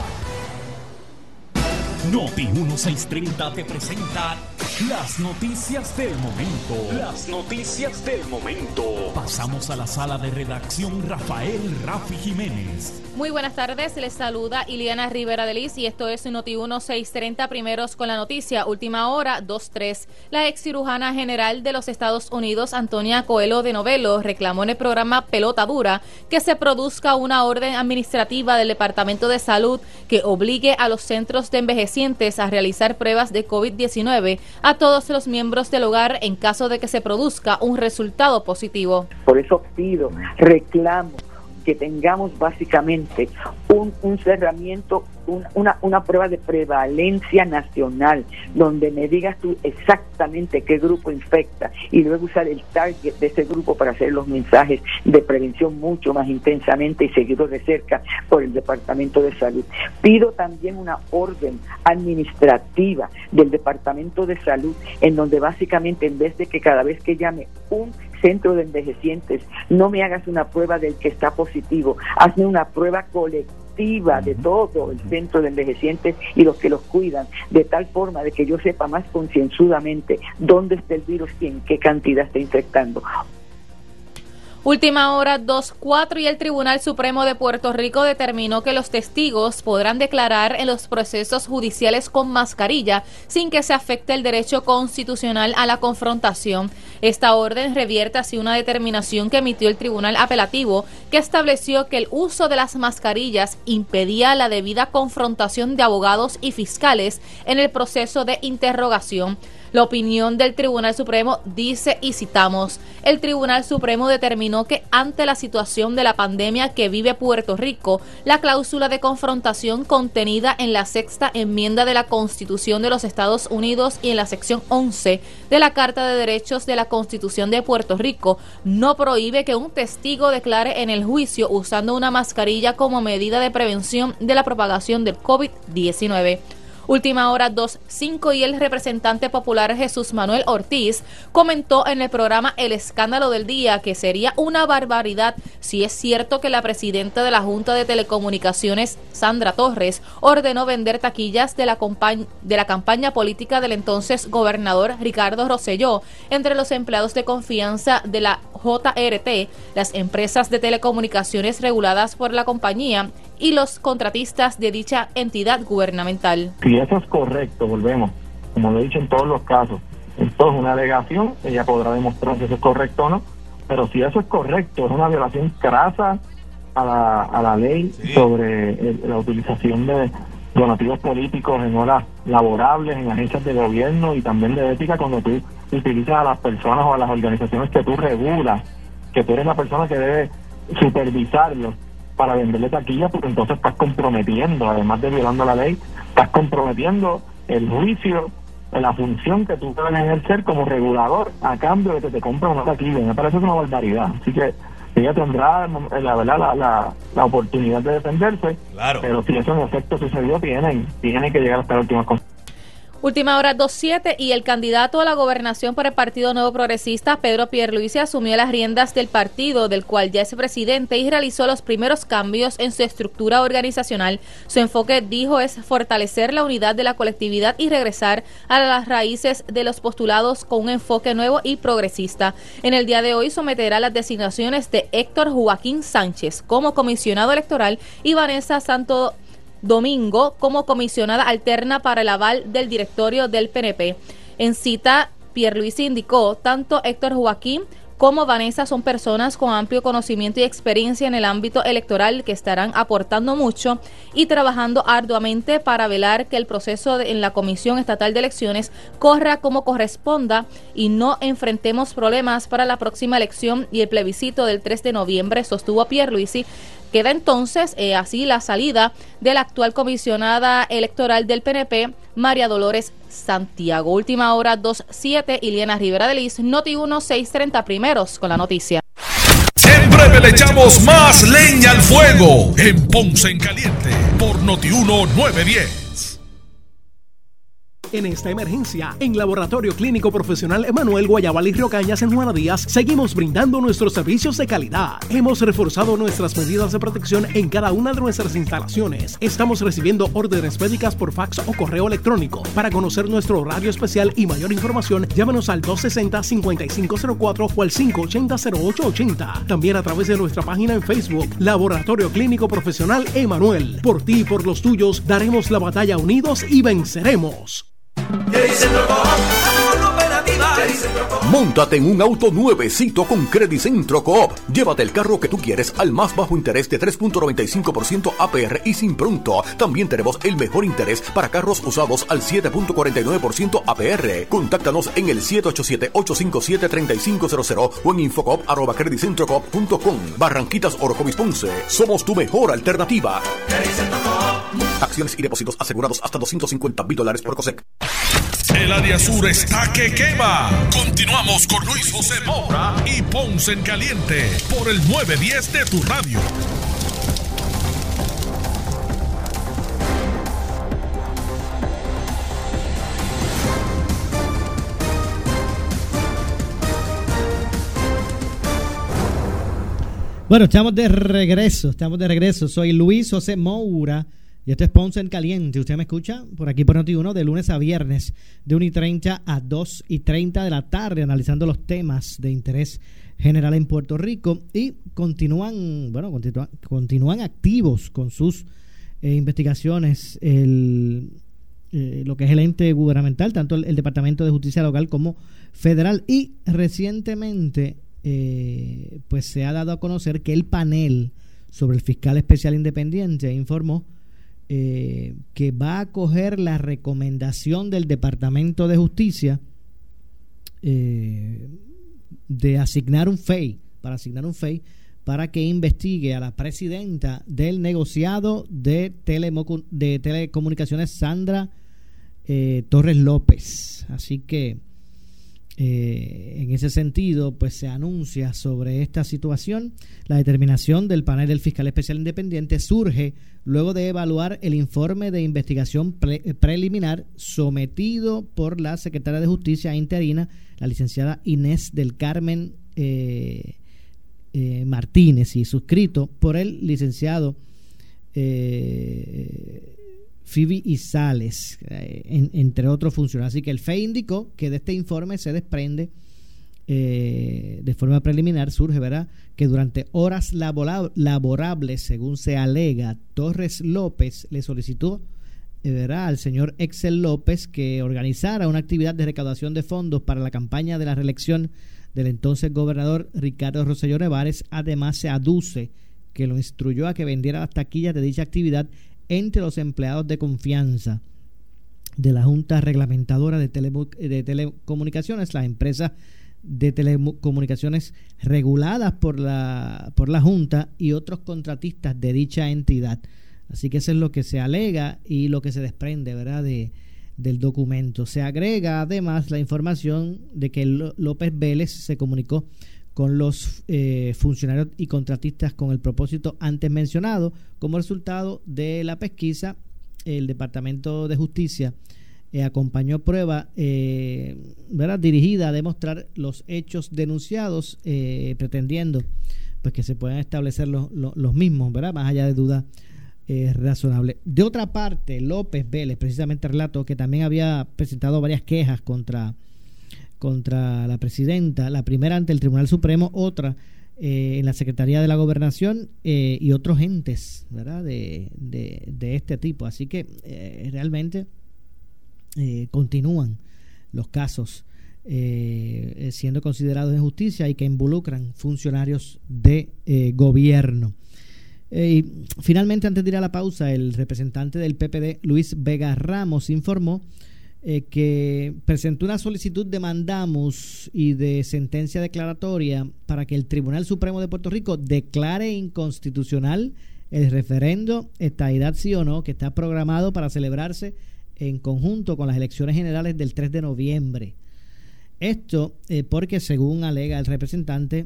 Noti uno seiscientos treinta te presenta las noticias del momento. Las noticias del momento. Pasamos a la sala de redacción. Rafael Rafi Jiménez. Muy buenas tardes, les saluda Iliana Rivera de Liz y esto es Noti uno seiscientos treinta, primeros con la noticia, última hora, dos tres. La ex cirujana general de los Estados Unidos, Antonia Coelho de Novelo, reclamó en el programa Pelota Dura que se produzca una orden administrativa del Departamento de Salud que obligue a los centros de envejecientes a realizar pruebas de COVID diecinueve a todos los miembros del hogar en caso de que se produzca un resultado positivo. Por eso pido, reclamo que tengamos básicamente un, un cerramiento, un, una, una prueba de prevalencia nacional, donde me digas tú exactamente qué grupo infecta y luego usar el target de ese grupo para hacer los mensajes de prevención mucho más intensamente y seguidos de cerca por el Departamento de Salud. Pido también una orden administrativa del Departamento de Salud en donde básicamente en vez de que cada vez que llame un centro de envejecientes, no me hagas una prueba del que está positivo, hazme una prueba colectiva de todo el centro de envejecientes y los que los cuidan, de tal forma de que yo sepa más concienzudamente dónde está el virus y en qué cantidad está infectando. Última hora, dos cuatro, y el Tribunal Supremo de Puerto Rico determinó que los testigos podrán declarar en los procesos judiciales con mascarilla sin que se afecte el derecho constitucional a la confrontación. Esta orden revierte así una determinación que emitió el Tribunal Apelativo que estableció que el uso de las mascarillas impedía la debida confrontación de abogados y fiscales en el proceso de interrogación. La opinión del Tribunal Supremo dice, y citamos, el Tribunal Supremo determinó que ante la situación de la pandemia que vive Puerto Rico, la cláusula de confrontación contenida en la sexta enmienda de la Constitución de los Estados Unidos y en la sección once de la Carta de Derechos de la Constitución de Puerto Rico no prohíbe que un testigo declare en el juicio usando una mascarilla como medida de prevención de la propagación del COVID diecinueve. Última hora dos cinco, y el representante popular Jesús Manuel Ortiz comentó en el programa El Escándalo del Día que sería una barbaridad si es cierto que la presidenta de la Junta de Telecomunicaciones, Sandra Torres, ordenó vender taquillas de la, de la campaña política del entonces gobernador Ricardo Rosselló entre los empleados de confianza de la J R T, las empresas de telecomunicaciones reguladas por la compañía y los contratistas de dicha entidad gubernamental. Si eso es correcto, volvemos, como lo he dicho en todos los casos, esto es una alegación, ella podrá demostrar si eso es correcto o no, pero si eso es correcto, es una violación crasa a la, a la ley sí. sobre el, la utilización de donativos políticos en horas laborables, en agencias de gobierno y también de ética cuando tú utilizas a las personas o a las organizaciones que tú regulas, que tú eres la persona que debe supervisarlo para venderle taquillas, porque entonces estás comprometiendo, además de violando la ley, estás comprometiendo el juicio, la función que tú debes ejercer como regulador a cambio de que te compren una taquilla. Me parece una barbaridad. Así que ella tendrá la verdad la, la, la oportunidad de defenderse, claro. Pero si eso en efecto sucedió, tienen, tienen que llegar hasta la última cosa. Última hora dos siete, y el candidato a la gobernación por el Partido Nuevo Progresista, Pedro Pierluisi, asumió las riendas del partido, del cual ya es presidente, y realizó los primeros cambios en su estructura organizacional. Su enfoque, dijo, es fortalecer la unidad de la colectividad y regresar a las raíces de los postulados con un enfoque nuevo y progresista. En el día de hoy someterá las designaciones de Héctor Joaquín Sánchez como comisionado electoral y Vanessa Santo Domingo como comisionada alterna para el aval del directorio del P N P. En cita, Pierluisi indicó, tanto Héctor Joaquín como Vanessa son personas con amplio conocimiento y experiencia en el ámbito electoral que estarán aportando mucho y trabajando arduamente para velar que el proceso de, en la Comisión Estatal de Elecciones corra como corresponda y no enfrentemos problemas para la próxima elección y el plebiscito del tres de noviembre, sostuvo Pierluisi. Queda entonces eh, así la salida de la actual comisionada electoral del P N P, María Dolores Santiago. Última hora dos siete, Iliana Rivera de Liz, Noti uno, seiscientos treinta primeros con la noticia. Siempre le echamos más leña al fuego en Ponce en Caliente por Noti uno nueve diez. En esta emergencia, en Laboratorio Clínico Profesional Emanuel Guayabal y Río Cañas en Juana Díaz, seguimos brindando nuestros servicios de calidad. Hemos reforzado nuestras medidas de protección en cada una de nuestras instalaciones. Estamos recibiendo órdenes médicas por fax o correo electrónico. Para conocer nuestro horario especial y mayor información, llámanos al dos sesenta, cincuenta y cinco cero cuatro o al cinco ochenta, cero ocho ochenta. También a través de nuestra página en Facebook, Laboratorio Clínico Profesional Emanuel. Por ti y por los tuyos, daremos la batalla unidos y venceremos. Móntate en un auto nuevecito con Credicentro Coop. Llévate el carro que tú quieres al más bajo interés de tres punto noventa y cinco por ciento A P R y sin pronto. También tenemos el mejor interés para carros usados al siete punto cuarenta y nueve por ciento A P R. Contáctanos en el siete ocho siete, ocho cinco siete, tres cinco cero cero o en infocop arroba credicentrocoop punto com. Barranquitas, Orocovis, Ponce. Somos tu mejor alternativa. Acciones y depósitos asegurados hasta doscientos cincuenta mil dólares por COSEC. El área sur está que quema. Continuamos con Luis José Moura y Ponce en Caliente por el nueve diez de tu radio. Bueno, estamos de regreso, estamos de regreso. Soy Luis José Moura y esto es Ponce en Caliente. Usted me escucha por aquí por Noti uno de lunes a viernes de una y treinta a dos y treinta de la tarde, analizando los temas de interés general en Puerto Rico, y continúan, bueno, continúan, continúan activos con sus eh, investigaciones el, eh, lo que es el ente gubernamental, tanto el, el Departamento de Justicia Local como federal, y recientemente eh, pues se ha dado a conocer que el panel sobre el fiscal especial independiente informó Eh, que va a acoger la recomendación del Departamento de Justicia eh, de asignar un F E I, para asignar un F E I para que investigue a la presidenta del negociado de, telemocu- de telecomunicaciones, Sandra eh, Torres López. Así que Eh, en ese sentido, pues se anuncia sobre esta situación. La determinación del panel del fiscal especial independiente surge luego de evaluar el informe de investigación pre- preliminar sometido por la secretaria de Justicia interina, la licenciada Inés del Carmen eh, eh, Martínez, y suscrito por el licenciado eh, Phoebe Isales, eh, en, entre otros funcionarios. Así que el F E I indicó que de este informe se desprende eh, de forma preliminar, surge, ¿verdad?, que durante horas labora- laborables, según se alega, Torres López le solicitó, eh, ¿verdad?, al señor Excel López que organizara una actividad de recaudación de fondos para la campaña de la reelección del entonces gobernador Ricardo Rosselló Nevares. Además, se aduce que lo instruyó a que vendiera las taquillas de dicha actividad entre los empleados de confianza de la Junta Reglamentadora de, tele, de Telecomunicaciones, las empresas de telecomunicaciones reguladas por la, por la Junta y otros contratistas de dicha entidad. Así que eso es lo que se alega y lo que se desprende, ¿verdad?, de, del documento. Se agrega además la información de que López Vélez se comunicó con los eh, funcionarios y contratistas con el propósito antes mencionado. Como resultado de la pesquisa, el Departamento de Justicia eh, acompañó prueba eh, ¿verdad?, dirigida a demostrar los hechos denunciados, eh, pretendiendo pues que se puedan establecer los, los, los mismos, ¿verdad?, más allá de duda eh, razonable. De otra parte, López Vélez precisamente relató que también había presentado varias quejas contra contra la presidenta, la primera ante el Tribunal Supremo, otra eh, en la Secretaría de la Gobernación eh, y otros entes, ¿verdad?, de, de, de este tipo. Así que eh, realmente eh, continúan los casos eh, siendo considerados de justicia y que involucran funcionarios de eh, gobierno. Eh, y finalmente, antes de ir a la pausa, el representante del P P D, Luis Vega Ramos, informó Eh, que presentó una solicitud de mandamus y de sentencia declaratoria para que el Tribunal Supremo de Puerto Rico declare inconstitucional el referendo estadidad sí o no, que está programado para celebrarse en conjunto con las elecciones generales del tres de noviembre. Esto eh, porque, según alega el representante,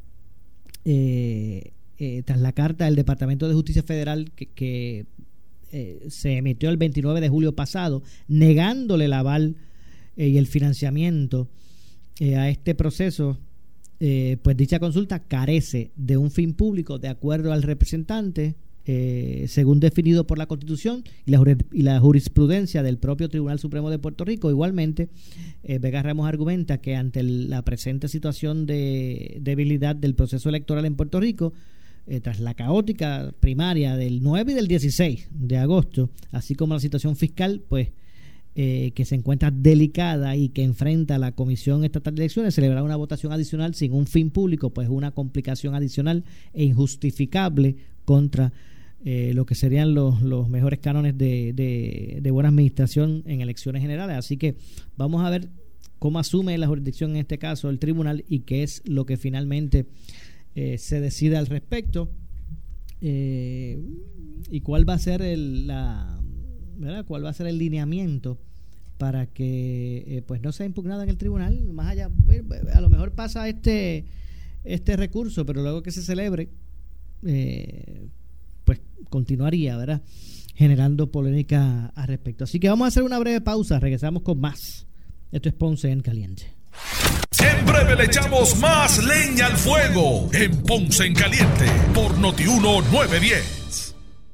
eh, eh, tras la carta del Departamento de Justicia Federal que, que Eh, se emitió el veintinueve de julio pasado, negándole el aval eh, y el financiamiento eh, a este proceso, eh, pues dicha consulta carece de un fin público de acuerdo al representante, eh, según definido por la Constitución y la, y la jurisprudencia del propio Tribunal Supremo de Puerto Rico. Igualmente, eh, Vega Ramos argumenta que ante el, la presente situación de debilidad del proceso electoral en Puerto Rico, Eh, tras la caótica primaria del nueve y del dieciséis de agosto, así como la situación fiscal, pues eh, que se encuentra delicada y que enfrenta la Comisión Estatal de Elecciones, celebrar una votación adicional sin un fin público, pues una complicación adicional e injustificable contra eh, lo que serían los, los mejores cánones de, de, de buena administración en elecciones generales. Así que vamos a ver cómo asume la jurisdicción en este caso el tribunal y qué es lo que finalmente Eh, se decide al respecto, eh, y cuál va a ser el la ¿verdad? cuál va a ser el lineamiento para que eh, pues no sea impugnada en el tribunal. Más allá, a lo mejor pasa este este recurso, pero luego que se celebre eh, pues continuaría, ¿verdad?, generando polémica al respecto. Así que vamos a hacer una breve pausa, regresamos con más. Esto es Ponce en Caliente. En breve le echamos más leña al fuego en Ponce en Caliente por Noti uno nueve diez.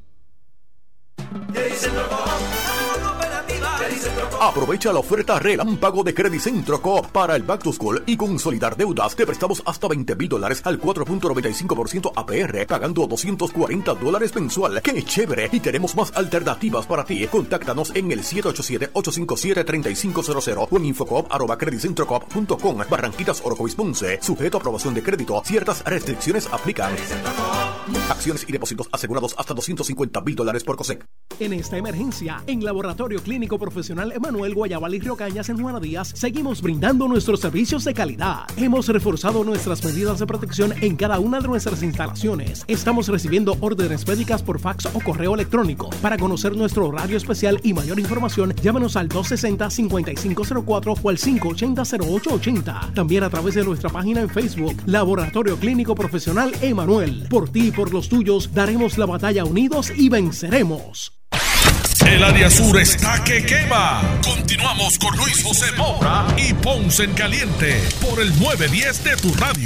Aprovecha la oferta relámpago de Credicentro Coop para el Back to School y consolidar deudas. Te prestamos hasta veinte mil dólares al cuatro punto noventa y cinco por ciento A P R, pagando doscientos cuarenta dólares mensual. ¡Qué chévere! Y tenemos más alternativas para ti. Contáctanos en el siete ocho siete, ocho cinco siete, tres cinco cero cero o en infocoop arroba credicentrocoop punto com. Barranquitas, Orocovis, Ponce. Sujeto a aprobación de crédito. Ciertas restricciones aplican. Acciones y depósitos asegurados hasta doscientos cincuenta mil dólares por COSEC. En esta emergencia, en Laboratorio Clínico Profesional Emanuel Emanuel, Guayabal y Río Cañas en Juana Díaz, seguimos brindando nuestros servicios de calidad. Hemos reforzado nuestras medidas de protección en cada una de nuestras instalaciones. Estamos recibiendo órdenes médicas por fax o correo electrónico. Para conocer nuestro horario especial y mayor información, llámenos al dos sesenta, cincuenta y cinco cero cuatro o al cinco ochenta, cero ocho ochenta. También a través de nuestra página en Facebook, Laboratorio Clínico Profesional Emanuel. Por ti y por los tuyos, daremos la batalla unidos y venceremos. El área sur está que quema. Continuamos con Luis José Moura y Ponce en Caliente por el nueve diez de tu radio.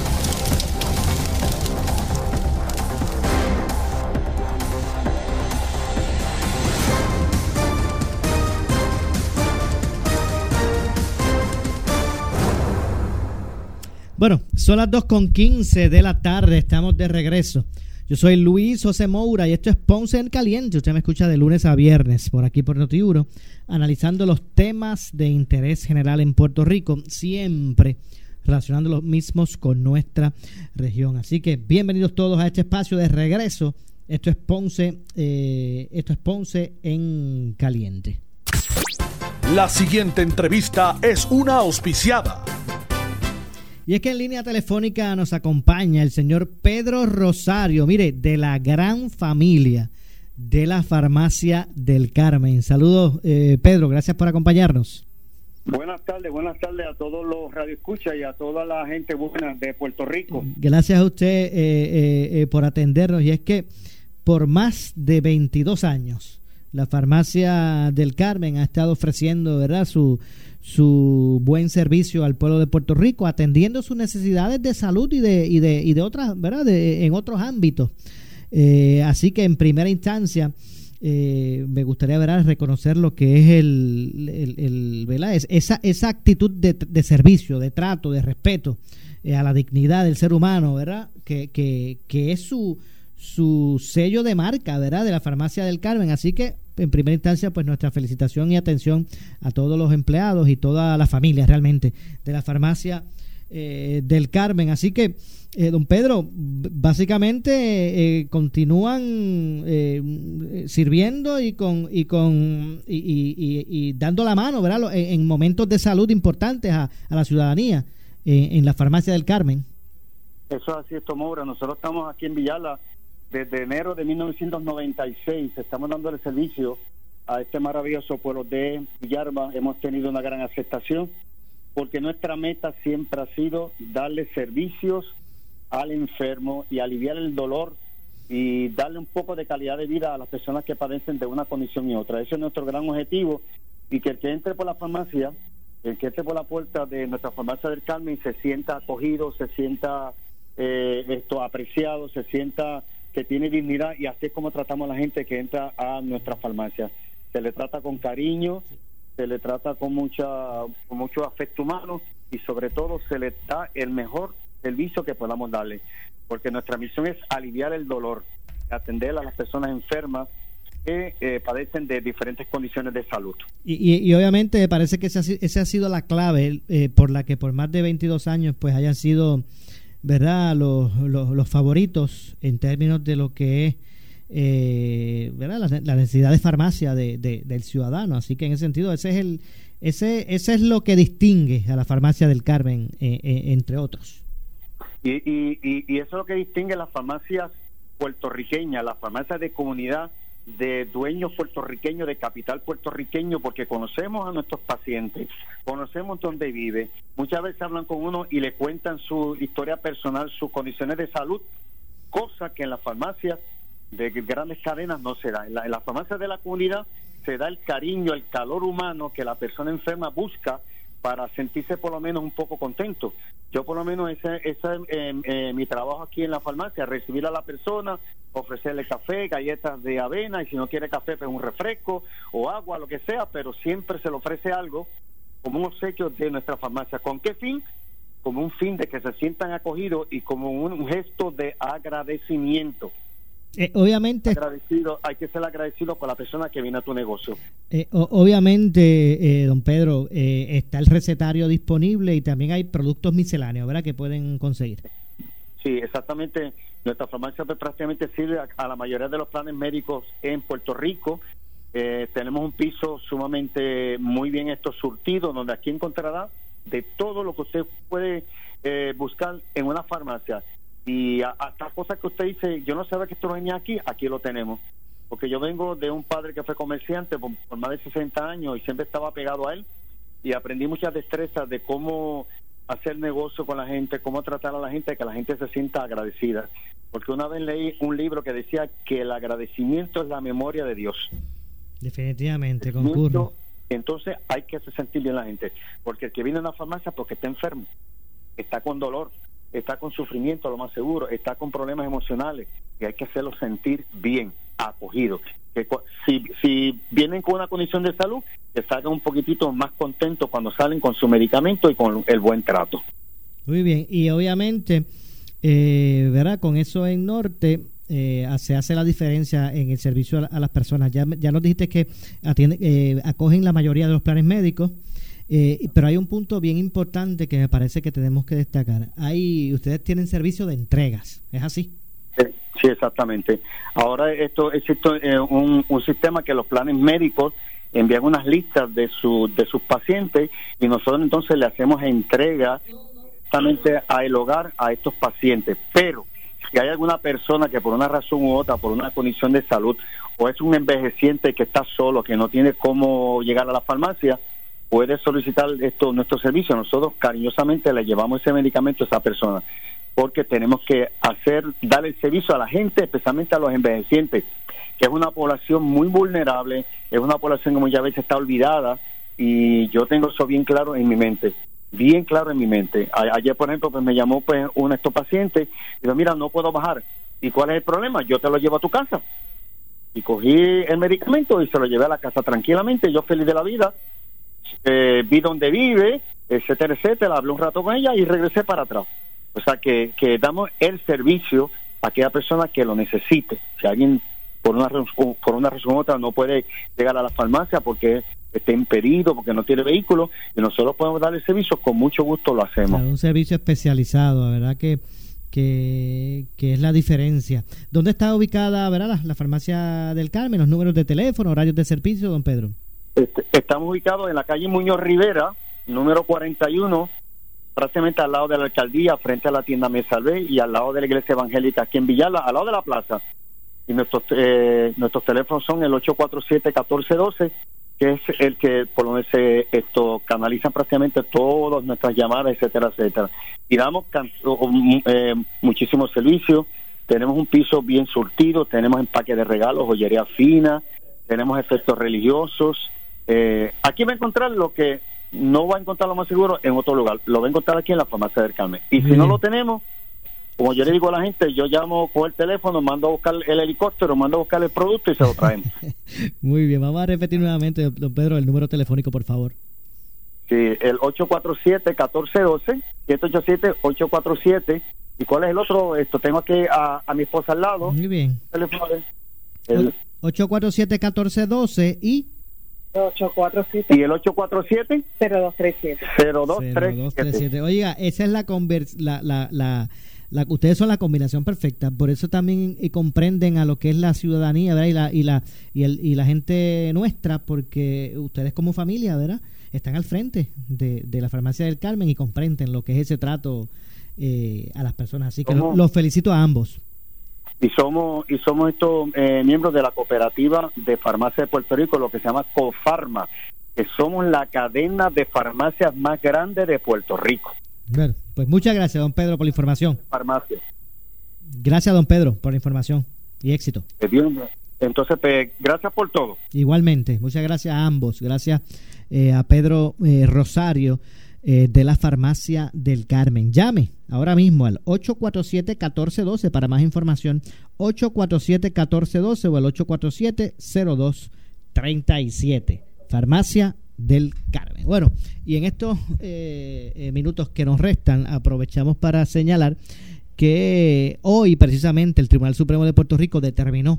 Bueno, son las dos con quince de la tarde, estamos de regreso. Yo soy Luis José Moura y esto es Ponce en Caliente. Usted me escucha de lunes a viernes por aquí por Noti uno, analizando los temas de interés general en Puerto Rico, siempre relacionando los mismos con nuestra región. Así que bienvenidos todos a este espacio de regreso. Esto es Ponce, eh, esto es Ponce en Caliente. La siguiente entrevista es una auspiciada. Y es que en línea telefónica nos acompaña el señor Pedro Rosario, mire, de la gran familia de la Farmacia del Carmen. Saludos, eh, Pedro, gracias por acompañarnos. Buenas tardes, buenas tardes a todos los radioescuchas y a toda la gente buena de Puerto Rico. Gracias a usted eh, eh, eh, por atendernos. Y es que por más de veintidós años, la Farmacia del Carmen ha estado ofreciendo, ¿verdad?, su... su buen servicio al pueblo de Puerto Rico, atendiendo sus necesidades de salud y de y de y de otras, ¿verdad?, de, en otros ámbitos. Eh, así que en primera instancia eh, me gustaría, ¿verdad?, reconocer lo que es el, el, el ¿verdad?, es esa esa actitud de, de servicio, de trato, de respeto eh, a la dignidad del ser humano, ¿verdad?, que que que es su su sello de marca, ¿verdad?, de la Farmacia del Carmen. Así que en primera instancia, pues nuestra felicitación y atención a todos los empleados y toda la familia realmente de la Farmacia eh, del Carmen. Así que, eh, don Pedro, básicamente eh, continúan eh, sirviendo y con y con y, y, y, y dando la mano, ¿verdad?, en, en momentos de salud importantes a, a la ciudadanía eh, en la Farmacia del Carmen. Eso es así, esto, Moura. Nosotros estamos aquí en Villalba desde enero de mil novecientos noventa y seis. Estamos dándole servicio a este maravilloso pueblo de Villalba. Hemos tenido una gran aceptación porque nuestra meta siempre ha sido darle servicios al enfermo y aliviar el dolor y darle un poco de calidad de vida a las personas que padecen de una condición y otra. Ese es nuestro gran objetivo, y que el que entre por la farmacia, el que entre por la puerta de nuestra Farmacia del Carmen se sienta acogido, se sienta eh, esto apreciado, se sienta que tiene dignidad, y así es como tratamos a la gente que entra a nuestra farmacia. Se le trata con cariño, se le trata con mucha con mucho afecto humano, y sobre todo se le da el mejor servicio que podamos darle, porque nuestra misión es aliviar el dolor, atender a las personas enfermas que eh, padecen de diferentes condiciones de salud. Y, y, y obviamente me parece que esa, esa ha sido la clave eh, por la que por más de veintidós años pues hayan sido, ¿verdad?, los, los, los favoritos en términos de lo que es eh, ¿verdad?, la, la necesidad de farmacia de, de, del ciudadano. Así que en ese sentido ese es el ese ese es lo que distingue a la Farmacia del Carmen eh, eh, entre otros. Y, y, y, y eso es lo que distingue las farmacias puertorriqueñas, las farmacias de comunidad, de dueños puertorriqueños, de capital puertorriqueño, porque conocemos a nuestros pacientes, conocemos dónde vive. Muchas veces hablan con uno y le cuentan su historia personal, sus condiciones de salud, cosa que en las farmacias de grandes cadenas no se da. En, la, en las farmacias de la comunidad se da el cariño, el calor humano que la persona enferma busca para sentirse por lo menos un poco contento. Yo por lo menos ese es eh, eh, mi trabajo aquí en la farmacia, recibir a la persona, ofrecerle café, galletas de avena, y si no quiere café, pues un refresco o agua, lo que sea, pero siempre se le ofrece algo como un obsequio de nuestra farmacia. ¿Con qué fin? Como un fin de que se sientan acogidos y como un, un gesto de agradecimiento. Eh, obviamente agradecido, hay que ser agradecido con la persona que viene a tu negocio. Eh, o, obviamente, eh, don Pedro, eh, está el recetario disponible y también hay productos misceláneos, ¿verdad?, que pueden conseguir. Sí, exactamente. Nuestra farmacia prácticamente sirve a, a la mayoría de los planes médicos en Puerto Rico. Eh, tenemos un piso sumamente muy bien esto surtido, donde aquí encontrará de todo lo que usted puede eh, buscar en una farmacia. Y a, hasta cosas que usted dice, yo no sabía que esto venía aquí, aquí lo tenemos. Porque yo vengo de un padre que fue comerciante por, por más de sesenta años y siempre estaba pegado a él, y aprendí muchas destrezas de cómo hacer negocio con la gente, cómo tratar a la gente, que la gente se sienta agradecida. Porque una vez leí un libro que decía que el agradecimiento es la memoria de Dios. Definitivamente, concurro. Entonces hay que hacer sentir bien a la gente, porque el que viene a una farmacia porque está enfermo, está con dolor, está con sufrimiento, lo más seguro, está con problemas emocionales, y hay que hacerlo sentir bien, acogido. Que si, si vienen con una condición de salud, que salgan un poquitito más contentos cuando salen con su medicamento y con el buen trato. Muy bien, y obviamente, eh, ¿verdad? Con eso en Norte eh, se hace la diferencia en el servicio a, a las personas. Ya, ya nos dijiste que atiende, eh, acogen la mayoría de los planes médicos. Eh, pero hay un punto bien importante que me parece que tenemos que destacar. Hay, ustedes tienen servicio de entregas, ¿es así? Sí, exactamente. Ahora esto existe eh, un, un sistema que los planes médicos envían unas listas de, su, de sus pacientes, y nosotros entonces le hacemos entrega directamente al hogar a estos pacientes. Pero si hay alguna persona que por una razón u otra, por una condición de salud, o es un envejeciente que está solo, que no tiene cómo llegar a la farmacia, puede solicitar esto, nuestro servicio. Nosotros cariñosamente le llevamos ese medicamento a esa persona, porque tenemos que hacer, dar el servicio a la gente, especialmente a los envejecientes, que es una población muy vulnerable, es una población que muchas veces está olvidada, y yo tengo eso bien claro en mi mente, bien claro en mi mente. A, ayer, por ejemplo, pues me llamó pues uno de estos pacientes, y dijo, mira, no puedo bajar. ¿Y cuál es el problema? Yo te lo llevo a tu casa. Y cogí el medicamento y se lo llevé a la casa tranquilamente, yo feliz de la vida. Eh, vi dónde vive, etcétera, etcétera, hablé un rato con ella y regresé para atrás. O sea, que, que damos el servicio a aquella persona que lo necesite. Si alguien por una por una razón u otra no puede llegar a la farmacia porque esté impedido, porque no tiene vehículo, y nosotros podemos dar el servicio, con mucho gusto lo hacemos. Claro, un servicio especializado, ¿verdad? Que, que, que es la diferencia. ¿Dónde está ubicada, verdad, la, la farmacia del Carmen? Los números de teléfono, horarios de servicio, don Pedro. Este, estamos ubicados en la calle Muñoz Rivera, número cuarenta y uno, prácticamente al lado de la alcaldía, frente a la tienda Me Salvé, y al lado de la iglesia evangélica aquí en Villalba, al lado de la plaza. Y nuestros eh, nuestros teléfonos son el ocho cuatro siete, uno cuatro uno dos, que es el que por donde se esto canalizan prácticamente todas nuestras llamadas, etcétera, etcétera. Y damos can, eh, muchísimos servicios. Tenemos un piso bien surtido, tenemos empaque de regalos, joyería fina, tenemos efectos religiosos. Eh, aquí va a encontrar lo que no va a encontrar, lo más seguro, en otro lugar. Lo va a encontrar aquí en la farmacia del Carmen. Y si no lo tenemos, como yo le digo a la gente, yo llamo con el teléfono, mando a buscar el helicóptero, mando a buscar el producto y se lo traemos. Muy bien, vamos a repetir nuevamente, don Pedro, el número telefónico, por favor. Sí, el ocho cuatro siete, uno cuatro uno dos, siete ocho siete, ocho cuatro siete. ¿Y cuál es el otro? Esto tengo aquí a, a mi esposa al lado. Muy bien. El, el, ocho cuatro siete, uno cuatro uno dos y... ocho cuatro siete. ¿Y el ocho cuatro siete? cero dos tres siete. cero dos tres siete. Oiga, esa es la, convers la, la, la, la ustedes son la combinación perfecta, por eso también y comprenden a lo que es la ciudadanía, ¿verdad? Y la y la y, el, y la gente nuestra, porque ustedes como familia, ¿verdad? Están al frente de, de la farmacia del Carmen y comprenden lo que es ese trato eh, a las personas, así que los lo felicito a ambos. Y somos y somos estos eh, miembros de la cooperativa de farmacia de Puerto Rico, lo que se llama Cofarma, que somos la cadena de farmacias más grande de Puerto Rico. Bueno, pues muchas gracias, don Pedro, por la información. Farmacia. Gracias, don Pedro, por la información y éxito. Entonces, pues, gracias por todo. Igualmente, muchas gracias a ambos. Gracias eh, a Pedro eh, Rosario eh, de la farmacia del Carmen. Llame ahora mismo al ocho cuatro siete, uno cuatro uno dos para más información. ocho cuatro siete, uno cuatro uno dos o el ocho cuatro siete, cero dos tres siete. Farmacia del Carmen. Bueno, y en estos eh, eh, minutos que nos restan, aprovechamos para señalar que hoy precisamente el Tribunal Supremo de Puerto Rico determinó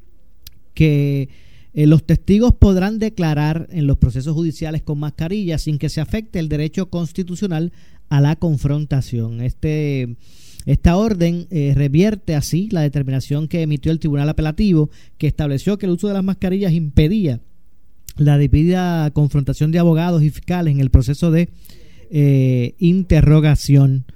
que eh, los testigos podrán declarar en los procesos judiciales con mascarilla sin que se afecte el derecho constitucional a la confrontación. Este Esta orden eh, revierte así la determinación que emitió el Tribunal Apelativo, que estableció que el uso de las mascarillas impedía la debida confrontación de abogados y fiscales en el proceso de eh, interrogación.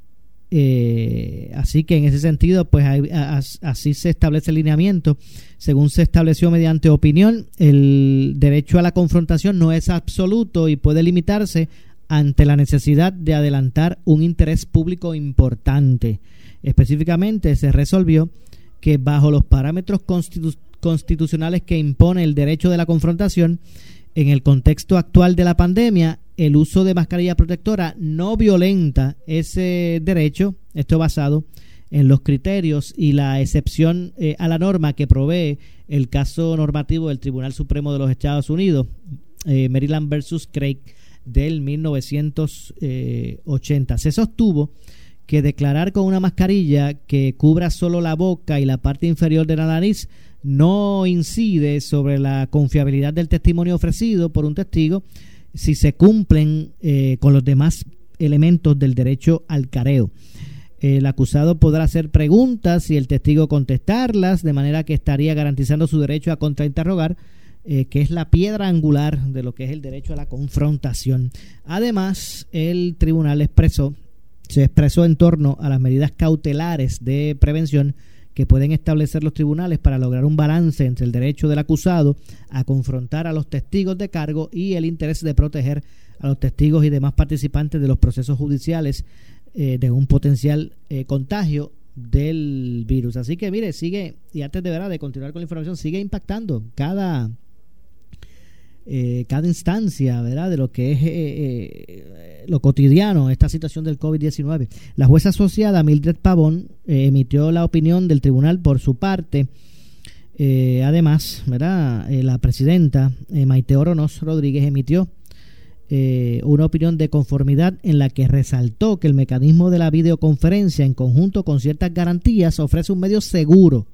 Eh, así que en ese sentido, pues hay, a, a, así se establece el lineamiento. Según se estableció mediante opinión, el derecho a la confrontación no es absoluto y puede limitarse ante la necesidad de adelantar un interés público importante. Específicamente, se resolvió que bajo los parámetros constitu- constitucionales que impone el derecho de la confrontación, en el contexto actual de la pandemia, el uso de mascarilla protectora no violenta ese derecho, esto basado en los criterios y la excepción eh, a la norma que provee el caso normativo del Tribunal Supremo de los Estados Unidos, eh, Maryland versus Craig, del mil novecientos ochenta. Se sostuvo que declarar con una mascarilla que cubra solo la boca y la parte inferior de la nariz no incide sobre la confiabilidad del testimonio ofrecido por un testigo si se cumplen eh, con los demás elementos del derecho al careo. El acusado podrá hacer preguntas y el testigo contestarlas, de manera que estaría garantizando su derecho a contrainterrogar, eh, que es la piedra angular de lo que es el derecho a la confrontación. Además, el tribunal expresó, se expresó en torno a las medidas cautelares de prevención que pueden establecer los tribunales para lograr un balance entre el derecho del acusado a confrontar a los testigos de cargo y el interés de proteger a los testigos y demás participantes de los procesos judiciales eh, de un potencial eh, contagio del virus. Así que mire, sigue, y antes de verdad de continuar con la información, sigue impactando cada eh, cada instancia, ¿verdad?, de lo que es eh, eh, lo cotidiano, esta situación del COVID diecinueve. La jueza asociada Mildred Pavón eh, emitió la opinión del tribunal por su parte. Eh, además, ¿verdad?, eh, la presidenta eh, Maite Oronoz Rodríguez emitió eh, una opinión de conformidad en la que resaltó que el mecanismo de la videoconferencia, en conjunto con ciertas garantías, ofrece un medio seguro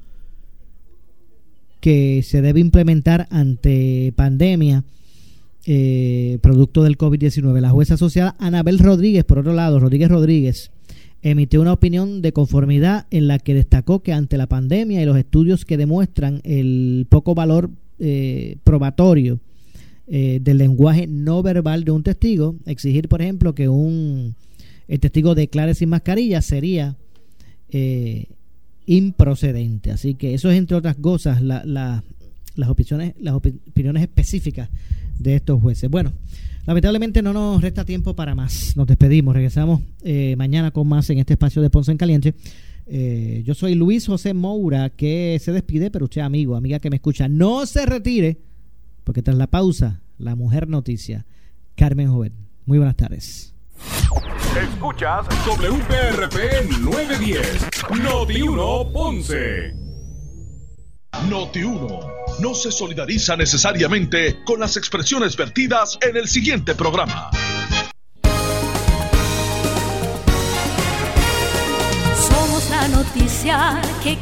que se debe implementar ante pandemia eh, producto del COVID diecinueve. La jueza asociada Anabel Rodríguez, por otro lado, Rodríguez Rodríguez, emitió una opinión de conformidad en la que destacó que ante la pandemia y los estudios que demuestran el poco valor eh, probatorio eh, del lenguaje no verbal de un testigo, exigir, por ejemplo, que un el testigo declare sin mascarilla sería eh, improcedente. Así que eso es, entre otras cosas, la, la, las opiniones las opiniones específicas de estos jueces. Bueno, lamentablemente no nos resta tiempo para más. Nos despedimos. Regresamos eh, mañana con más en este espacio de Ponce en Caliente. Eh, yo soy Luis José Moura, que se despide, pero usted, amigo, amiga que me escucha, no se retire, porque tras la pausa, la mujer noticia, Carmen Joven. Muy buenas tardes. Escuchas W P R P nueve diez, Noti uno Ponce. Noti uno no se solidariza necesariamente con las expresiones vertidas en el siguiente programa. Somos la noticia que